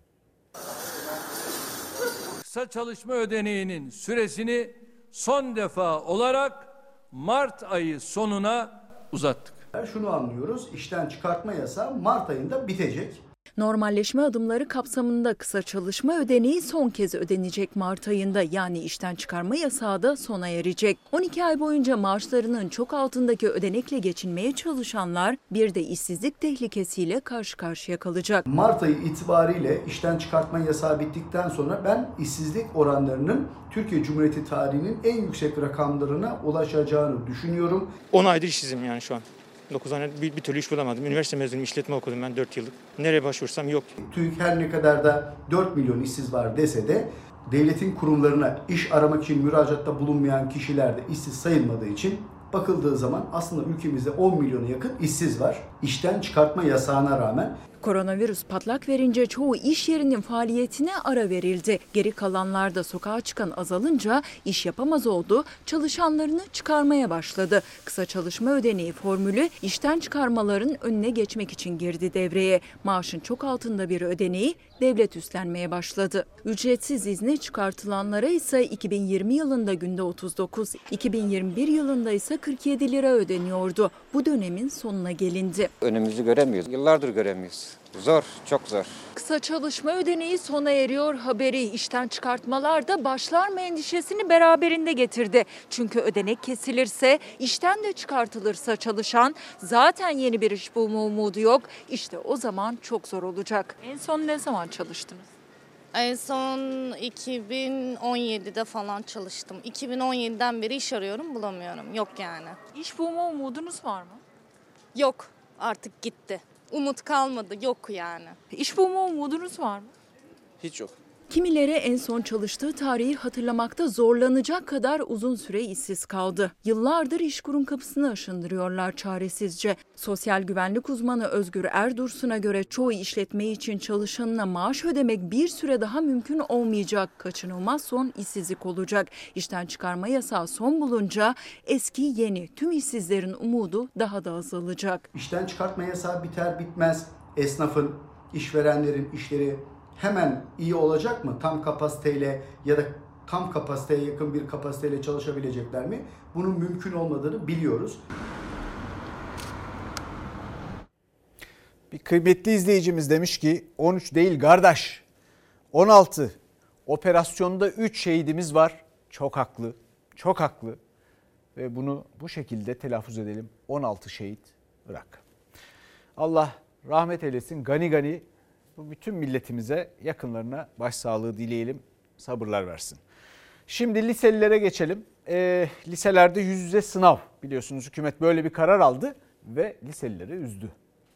Kısa çalışma ödeneğinin süresini son defa olarak Mart ayı sonuna uzattık. Şunu anlıyoruz, işten çıkartma yasağı Mart ayında bitecek. Normalleşme adımları kapsamında kısa çalışma ödeneği son kez ödenecek Mart ayında, yani işten çıkarma yasağı da sona erecek. 12 ay boyunca maaşlarının çok altındaki ödenekle geçinmeye çalışanlar bir de işsizlik tehlikesiyle karşı karşıya kalacak. Mart ayı itibariyle işten çıkartma yasağı bittikten sonra ben işsizlik oranlarının Türkiye Cumhuriyeti tarihinin en yüksek rakamlarına ulaşacağını düşünüyorum. 10 aydır işsizim yani şu an. 9 ay bir türlü iş bulamadım. Üniversite mezunuyum, işletme okudum ben 4 yıllık. Nereye başvursam yok. TÜİK her ne kadar da 4 milyon işsiz var dese de devletin kurumlarına iş aramak için müracaatta bulunmayan kişiler de işsiz sayılmadığı için bakıldığı zaman aslında ülkemizde 10 milyona yakın işsiz var. İşten çıkartma yasağına rağmen. Koronavirüs patlak verince çoğu iş yerinin faaliyetine ara verildi. Geri kalanlar da sokağa çıkan azalınca iş yapamaz oldu, çalışanlarını çıkarmaya başladı. Kısa çalışma ödeneği formülü işten çıkarmaların önüne geçmek için girdi devreye. Maaşın çok altında bir ödeneği devlet üstlenmeye başladı. Ücretsiz izne çıkartılanlara ise 2020 yılında günde 39, 2021 yılında ise 47 lira ödeniyordu. Bu dönemin sonuna gelindi. Önümüzü göremiyoruz. Yıllardır göremiyoruz. Zor, çok zor. Kısa çalışma ödeneği sona eriyor haberi işten çıkartmalarda başlar mı endişesini beraberinde getirdi. Çünkü ödenek kesilirse, işten de çıkartılırsa çalışan zaten yeni bir iş bulma umudu yok. İşte o zaman çok zor olacak. En son ne zaman çalıştınız? En son 2017'de falan çalıştım. 2017'den beri iş arıyorum, bulamıyorum. Yok yani. İş bulma umudunuz var mı? Yok, artık gitti. Umut kalmadı, yok yani. İş bulma umudunuz var mı? Hiç yok. Kimileri en son çalıştığı tarihi hatırlamakta zorlanacak kadar uzun süre işsiz kaldı. Yıllardır İşkur'un kapısını aşındırıyorlar çaresizce. Sosyal güvenlik uzmanı Özgür Erdursun'a göre çoğu işletme için çalışanına maaş ödemek bir süre daha mümkün olmayacak. Kaçınılmaz son işsizlik olacak. İşten çıkarma yasağı son bulunca eski yeni tüm işsizlerin umudu daha da azalacak. İşten çıkartma yasağı biter bitmez esnafın, işverenlerin işleri hemen iyi olacak mı? Tam kapasiteyle ya da tam kapasiteye yakın bir kapasiteyle çalışabilecekler mi? Bunun mümkün olmadığını biliyoruz. Bir kıymetli izleyicimiz demiş ki 13 değil kardeş 16 operasyonda 3 şehidimiz var. Çok haklı. çok haklı ve bunu bu şekilde telaffuz edelim. 16 şehit Irak. Allah rahmet eylesin, gani gani bu bütün milletimize, yakınlarına başsağlığı dileyelim, sabırlar versin. Şimdi liselilere geçelim. Liselerde yüz yüze sınav, biliyorsunuz hükümet böyle bir karar aldı ve liselileri üzdü.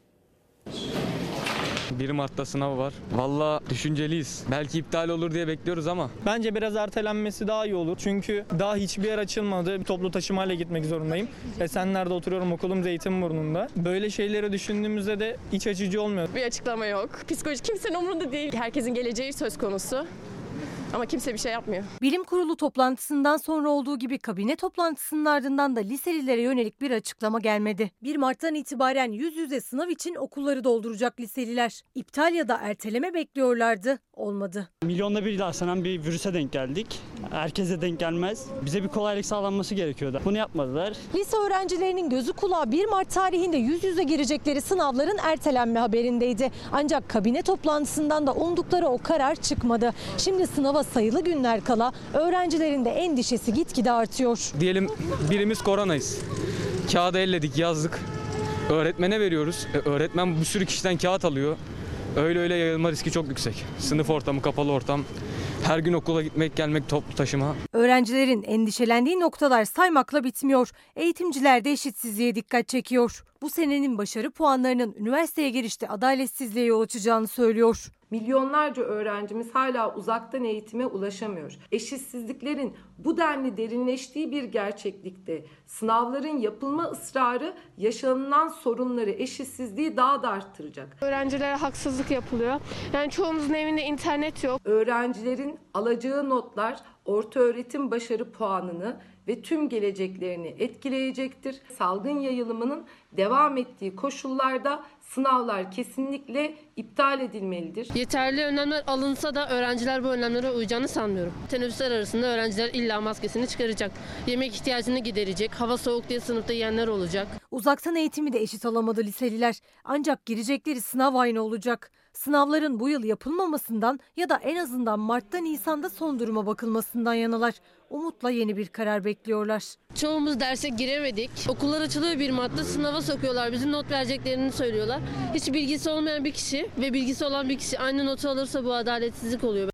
1 Mart'ta sınav var. Valla düşünceliyiz. Belki iptal olur diye bekliyoruz ama. Bence biraz ertelenmesi daha iyi olur. Çünkü daha hiçbir yer açılmadı. Toplu taşımayla gitmek zorundayım. Esenler'de oturuyorum, okulum Zeytinburnu'nda. Böyle şeyleri düşündüğümüzde de iç açıcı olmuyor. Bir açıklama yok. Psikoloji kimsenin umurunda değil. Herkesin geleceği söz konusu. Ama kimse bir şey yapmıyor. Bilim kurulu toplantısından sonra olduğu gibi kabine toplantısının ardından da liselilere yönelik bir açıklama gelmedi. 1 Mart'tan itibaren yüz yüze sınav için okulları dolduracak liseliler. İptal ya da erteleme bekliyorlardı, olmadı. Milyonda bir rastlanan bir virüse denk geldik. Herkese denk gelmez. Bize bir kolaylık sağlanması gerekiyordu. Bunu yapmadılar. Lise öğrencilerinin gözü kulağı 1 Mart tarihinde yüz yüze girecekleri sınavların ertelenme haberindeydi. Ancak kabine toplantısından da umdukları o karar çıkmadı. Şimdi sınava sayılı günler kala öğrencilerin de endişesi gitgide artıyor. Diyelim birimiz koronayız. Kağıdı elledik, yazdık. Öğretmene veriyoruz. Öğretmen bir sürü kişiden kağıt alıyor. Öyle yayılma riski çok yüksek. Sınıf ortamı, kapalı ortam. Her gün okula gitmek, gelmek, toplu taşıma. Öğrencilerin endişelendiği noktalar saymakla bitmiyor. Eğitimciler de eşitsizliğe dikkat çekiyor. Bu senenin başarı puanlarının üniversiteye girişte adaletsizliğe yol açacağını söylüyor. Milyonlarca öğrencimiz hala uzaktan eğitime ulaşamıyor. Eşitsizliklerin bu denli derinleştiği bir gerçeklikte sınavların yapılma ısrarı yaşanılan sorunları, eşitsizliği daha da arttıracak. Öğrencilere haksızlık yapılıyor. Yani çoğumuzun evinde internet yok. Öğrencilerin alacağı notlar orta öğretim başarı puanını ve tüm geleceklerini etkileyecektir. Salgın yayılımının devam ettiği koşullarda sınavlar kesinlikle iptal edilmelidir. Yeterli önlemler alınsa da öğrenciler bu önlemlere uyacağını sanmıyorum. Teneffüsler arasında öğrenciler illa maskesini çıkaracak. Yemek ihtiyacını giderecek. Hava soğuk diye sınıfta yiyenler olacak. Uzaktan eğitimi de eşit alamadı liseliler. Ancak girecekleri sınav aynı olacak. Sınavların bu yıl yapılmamasından ya da en azından Mart'ta Nisan'da son duruma bakılmasından yanalar. Umutla yeni bir karar bekliyorlar. Çoğumuz derse giremedik. Okullar açılıyor 1 Mart'ta, sınava sokuyorlar. Bizim not vereceklerini söylüyorlar. Hiç bilgisi olmayan bir kişi ve bilgisi olan bir kişi aynı notu alırsa bu adaletsizlik oluyor.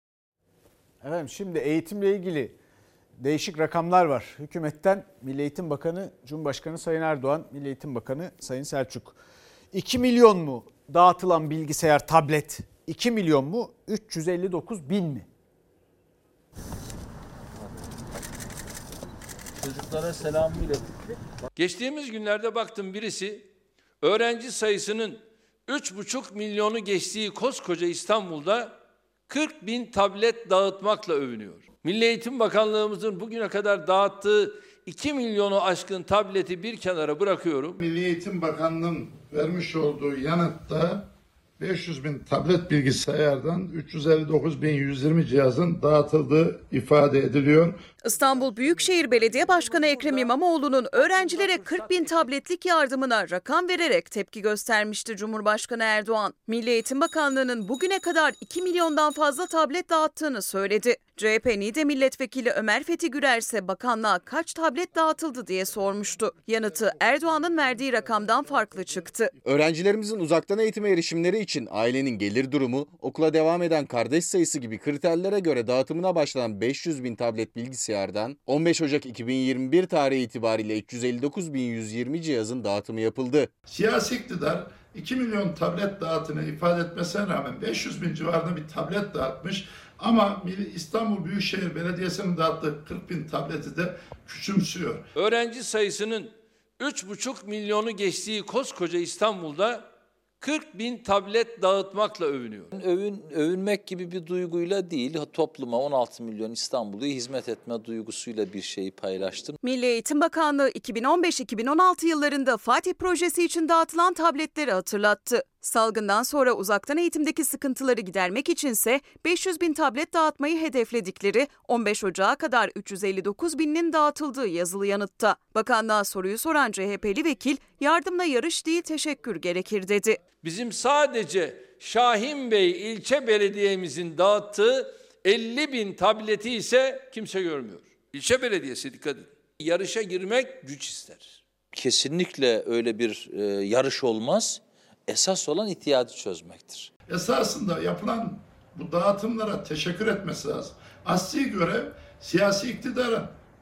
Efendim şimdi eğitimle ilgili değişik rakamlar var. Hükümetten Milli Eğitim Bakanı, Cumhurbaşkanı Sayın Erdoğan, Milli Eğitim Bakanı Sayın Selçuk. 2 milyon mu dağıtılan bilgisayar, tablet? 2 milyon mu? 359 bin mi? Çocuklara selamı iletti. Geçtiğimiz günlerde baktım birisi öğrenci sayısının 3,5 milyonu geçtiği koskoca İstanbul'da 40 bin tablet dağıtmakla övünüyor. Milli Eğitim Bakanlığımızın bugüne kadar dağıttığı 2 milyonu aşkın tableti bir kenara bırakıyorum. Milli Eğitim Bakanlığı'nın vermiş olduğu yanıtta 500 bin tablet bilgisayardan 359.120 cihazın dağıtıldığı ifade ediliyor. İstanbul Büyükşehir Belediye Başkanı Ekrem İmamoğlu'nun öğrencilere 40 bin tabletlik yardımına rakam vererek tepki göstermişti Cumhurbaşkanı Erdoğan. Milli Eğitim Bakanlığı'nın bugüne kadar 2 milyondan fazla tablet dağıttığını söyledi. CHP Niğde Milletvekili Ömer Fethi Gürer ise bakanlığa kaç tablet dağıtıldı diye sormuştu. Yanıtı Erdoğan'ın verdiği rakamdan farklı çıktı. Öğrencilerimizin uzaktan eğitime erişimleri için ailenin gelir durumu, okula devam eden kardeş sayısı gibi kriterlere göre dağıtımına başlanan 500 bin tablet bilgisayardan 15 Ocak 2021 tarihi itibariyle 359.120 cihazın dağıtımı yapıldı. Siyasi iktidar 2 milyon tablet dağıtını ifade etmesine rağmen 500 bin civarında bir tablet dağıtmış. Ama İstanbul Büyükşehir Belediyesi'nin dağıttığı 40 bin tableti de küçümsüyor. Öğrenci sayısının 3,5 milyonu geçtiği koskoca İstanbul'da 40 bin tablet dağıtmakla övünüyor. Övünmek gibi bir duyguyla değil, topluma 16 milyon İstanbul'a hizmet etme duygusuyla bir şeyi paylaştım. Milli Eğitim Bakanlığı 2015-2016 yıllarında Fatih Projesi için dağıtılan tabletleri hatırlattı. Salgından sonra uzaktan eğitimdeki sıkıntıları gidermek içinse 500 bin tablet dağıtmayı hedefledikleri 15 Ocak'a kadar 359 binin dağıtıldığı yazılı yanıtta. Bakanlığa soruyu soran CHP'li vekil yardımla yarış değil teşekkür gerekir dedi. Bizim sadece Şahin Bey ilçe belediyemizin dağıttığı 50 bin tableti ise kimse görmüyor. İlçe belediyesi dikkat edin. Yarışa girmek güç ister. Kesinlikle öyle bir yarış olmaz. Esas olan ihtiyacı çözmektir. Esasında yapılan bu dağıtımlara teşekkür etmesi lazım. Asli görev siyasi iktidarın.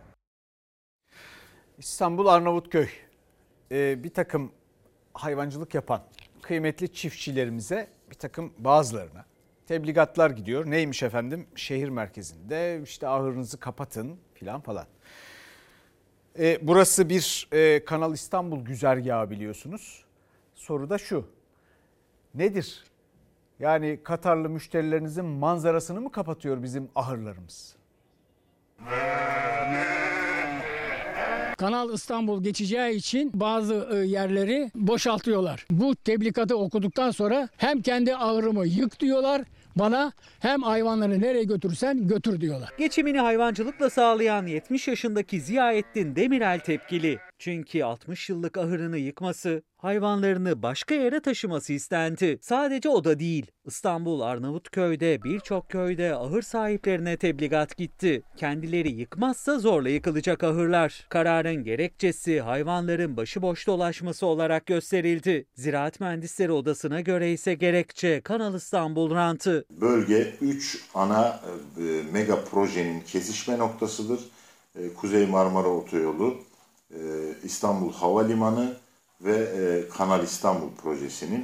İstanbul Arnavutköy bir takım hayvancılık yapan kıymetli çiftçilerimize, bir takım bazılarına tebligatlar gidiyor. Neymiş efendim? Şehir merkezinde işte ahırınızı kapatın filan falan. Burası bir Kanal İstanbul güzergahı biliyorsunuz. Soru da şu: nedir? Yani Katarlı müşterilerinizin manzarasını mı kapatıyor bizim ahırlarımız? Kanal İstanbul geçeceği için bazı yerleri boşaltıyorlar. Bu tebligatı okuduktan sonra hem kendi ahırımı yık diyorlar bana, hem hayvanları nereye götürürsen götür diyorlar. Geçimini hayvancılıkla sağlayan 70 yaşındaki Ziyaettin Demirel tepkili. Çünkü 60 yıllık ahırını yıkması, hayvanlarını başka yere taşıması istendi. Sadece o da değil. İstanbul Arnavutköy'de birçok köyde ahır sahiplerine tebligat gitti. Kendileri yıkmazsa zorla yıkılacak ahırlar. Kararın gerekçesi hayvanların başıboş dolaşması olarak gösterildi. Ziraat Mühendisleri Odası'na göre ise gerekçe Kanal İstanbul rantı. Bölge 3 ana mega projenin kesişme noktasıdır. Kuzey Marmara Otoyolu, İstanbul Havalimanı ve Kanal İstanbul projesinin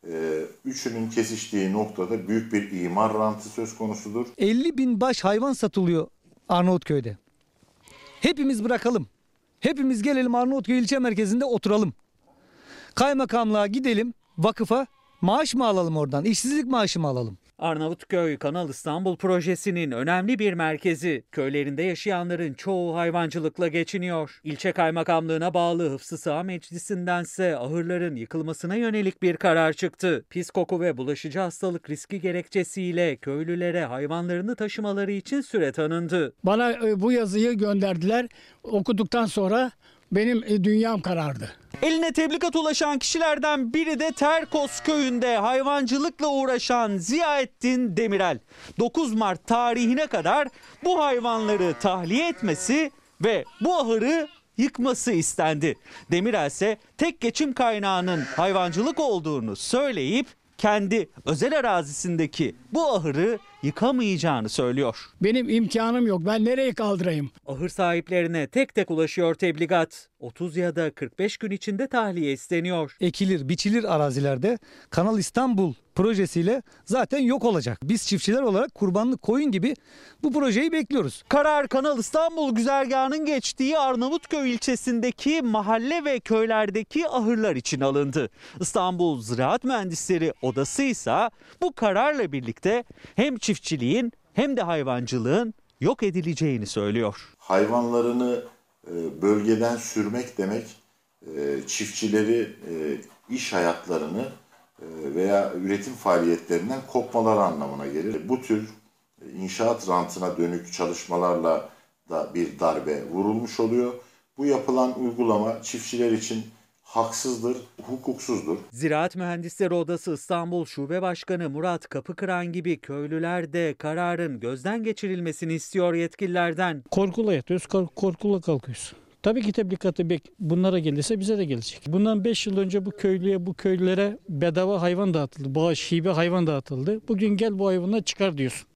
üçünün kesiştiği noktada büyük bir imar rantı söz konusudur. 50.000 baş hayvan satılıyor Arnavutköy'de. Hepimiz bırakalım. Hepimiz gelelim Arnavutköy ilçe merkezinde oturalım. Kaymakamlığa gidelim, vakıfa maaş mı alalım oradan, işsizlik maaşı mı alalım? Arnavutköy Kanal İstanbul projesinin önemli bir merkezi. Köylerinde yaşayanların çoğu hayvancılıkla geçiniyor. İlçe kaymakamlığına bağlı Hıfzı Sıha Meclisi'ndense ahırların yıkılmasına yönelik bir karar çıktı. Pis koku ve bulaşıcı hastalık riski gerekçesiyle köylülere hayvanlarını taşımaları için süre tanındı. Bana bu yazıyı gönderdiler. Okuduktan sonra benim dünyam karardı. Eline tebligat ulaşan kişilerden biri de Terkos köyünde hayvancılıkla uğraşan Ziyaettin Demirel. 9 Mart tarihine kadar bu hayvanları tahliye etmesi ve bu ahırı yıkması istendi. Demirel ise tek geçim kaynağının hayvancılık olduğunu söyleyip kendi özel arazisindeki bu ahırı yıkamayacağını söylüyor. Benim imkanım yok. Ben nereye kaldırayım? Ahır sahiplerine tek tek ulaşıyor tebligat. 30 ya da 45 gün içinde tahliye isteniyor. Ekilir, biçilir arazilerde Kanal İstanbul projesiyle zaten yok olacak. Biz çiftçiler olarak kurbanlık koyun gibi bu projeyi bekliyoruz. Karar Kanal İstanbul güzergahının geçtiği Arnavutköy ilçesindeki mahalle ve köylerdeki ahırlar için alındı. İstanbul Ziraat Mühendisleri Odası ise bu kararla birlikte hem çiftçiliğin hem de hayvancılığın yok edileceğini söylüyor. Hayvanlarını bölgeden sürmek demek çiftçileri iş hayatlarını veya üretim faaliyetlerinden kopmaları anlamına gelir. Bu tür inşaat rantına dönük çalışmalarla da bir darbe vurulmuş oluyor. Bu yapılan uygulama çiftçiler için haksızdır, hukuksuzdur. Ziraat Mühendisleri Odası İstanbul Şube Başkanı Murat Kapıkıran gibi köylüler de kararın gözden geçirilmesini istiyor yetkililerden. Korkuyla yatıyoruz, korkuyla kalkıyoruz. Tabii ki tebligatı bunlara gelirse bize de gelecek. Bundan 5 yıl önce bu köylülere bedava hayvan dağıtıldı. Bağış, hibe hayvan dağıtıldı. Bugün gel bu hayvanları çıkar diyorsun.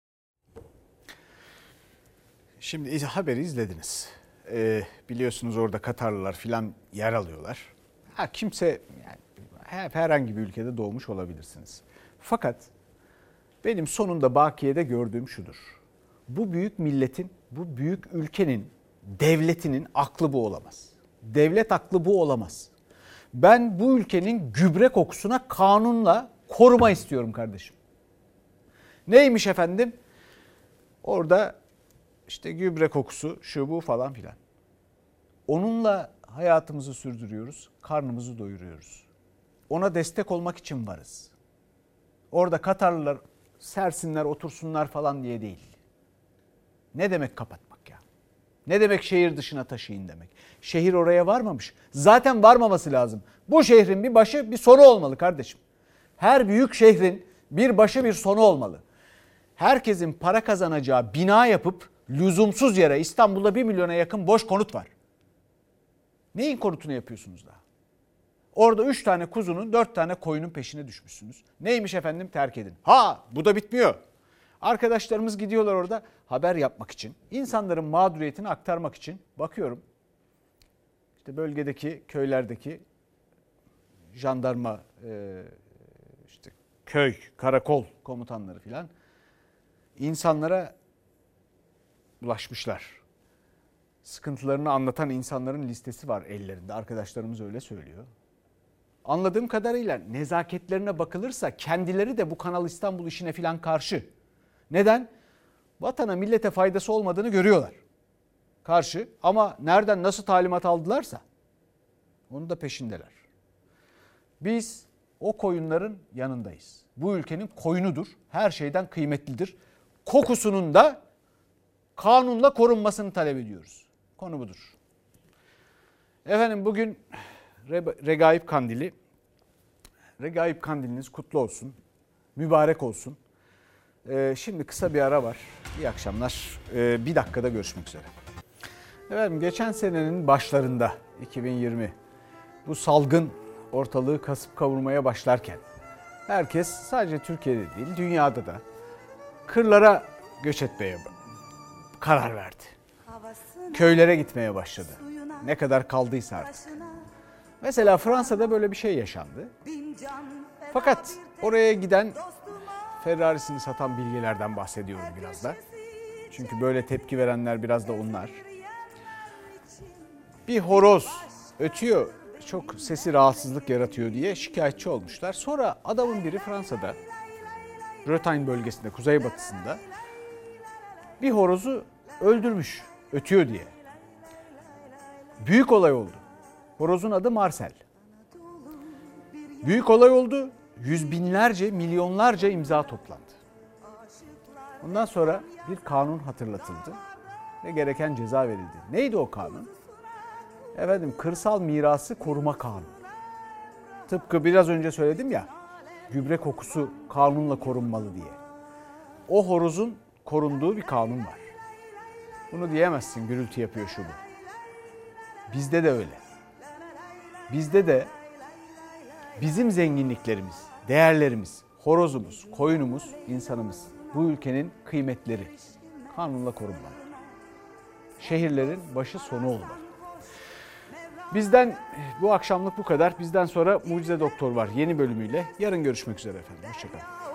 Şimdi haberi izlediniz. Biliyorsunuz orada Katarlılar filan yer alıyorlar. Kimse, yani herhangi bir ülkede doğmuş olabilirsiniz. Fakat benim sonunda bakiyede gördüğüm şudur. Bu büyük milletin, bu büyük ülkenin, devletinin aklı bu olamaz. Devlet aklı bu olamaz. Ben bu ülkenin gübre kokusuna kanunla koruma istiyorum kardeşim. Neymiş efendim? Orada işte gübre kokusu, şu bu falan filan. Onunla hayatımızı sürdürüyoruz, karnımızı doyuruyoruz. Ona destek olmak için varız. Orada Katarlılar sersinler, otursunlar falan diye değil. Ne demek kapatmak ya? Ne demek şehir dışına taşıyın demek? Şehir oraya varmamış. Zaten varmaması lazım. Bu şehrin bir başı bir sonu olmalı kardeşim. Her büyük şehrin bir başı bir sonu olmalı. Herkesin para kazanacağı bina yapıp Lüzumsuz yere İstanbul'da 1 milyona yakın boş konut var. Neyin konutunu yapıyorsunuz daha? Orada 3 tane kuzunun 4 tane koyunun peşine düşmüşsünüz. Neymiş efendim, terk edin. Ha, bu da bitmiyor. Arkadaşlarımız gidiyorlar orada haber yapmak için, insanların mağduriyetini aktarmak için. Bakıyorum işte bölgedeki köylerdeki jandarma, işte köy, karakol komutanları filan insanlara ulaşmışlar. Sıkıntılarını anlatan insanların listesi var ellerinde. Arkadaşlarımız öyle söylüyor. Anladığım kadarıyla nezaketlerine bakılırsa kendileri de bu Kanal İstanbul işine filan karşı. Neden? Vatana, millete faydası olmadığını görüyorlar. Karşı, ama nereden nasıl talimat aldılarsa onun da peşindeler. Biz o koyunların yanındayız. Bu ülkenin koyunudur, her şeyden kıymetlidir. Kokusunun da kanunla korunmasını talep ediyoruz. Konu budur. Efendim bugün Regaib Kandili. Regaib Kandiliniz kutlu olsun, mübarek olsun. Şimdi kısa bir ara var. İyi akşamlar. Bir dakikada görüşmek üzere. Efendim geçen senenin başlarında 2020 bu salgın ortalığı kasıp kavurmaya başlarken herkes sadece Türkiye'de değil dünyada da kırlara göç etmeye karar verdi. Köylere gitmeye başladı. Ne kadar kaldıysa artık. Mesela Fransa'da böyle bir şey yaşandı. Fakat oraya giden, Ferrari'sini satan bilgilerden bahsediyorum biraz da. Çünkü böyle tepki verenler biraz da onlar. Bir horoz ötüyor, çok sesi rahatsızlık yaratıyor diye şikayetçi olmuşlar. Sonra adamın biri Fransa'da, Bretagne bölgesinde, kuzeybatısında bir horozu öldürmüş, ötüyor diye. Büyük olay oldu. Horozun adı Marcel. Büyük olay oldu. Yüz binlerce, milyonlarca imza toplandı. Ondan sonra bir kanun hatırlatıldı ve gereken ceza verildi. Neydi o kanun? Efendim, Kırsal Mirası Koruma Kanunu. Tıpkı biraz önce söyledim ya, gübre kokusu kanunla korunmalı diye. O horozun korunduğu bir kanun var. Bunu diyemezsin, gürültü yapıyor şu bu. Bizde de öyle. Bizde de bizim zenginliklerimiz, değerlerimiz, horozumuz, koyunumuz, insanımız, bu ülkenin kıymetleri kanunla korunmalı. Şehirlerin başı sonu olmalı. Bizden bu akşamlık bu kadar. Bizden sonra Mucize Doktor var yeni bölümüyle. Yarın görüşmek üzere efendim. Hoşçakalın.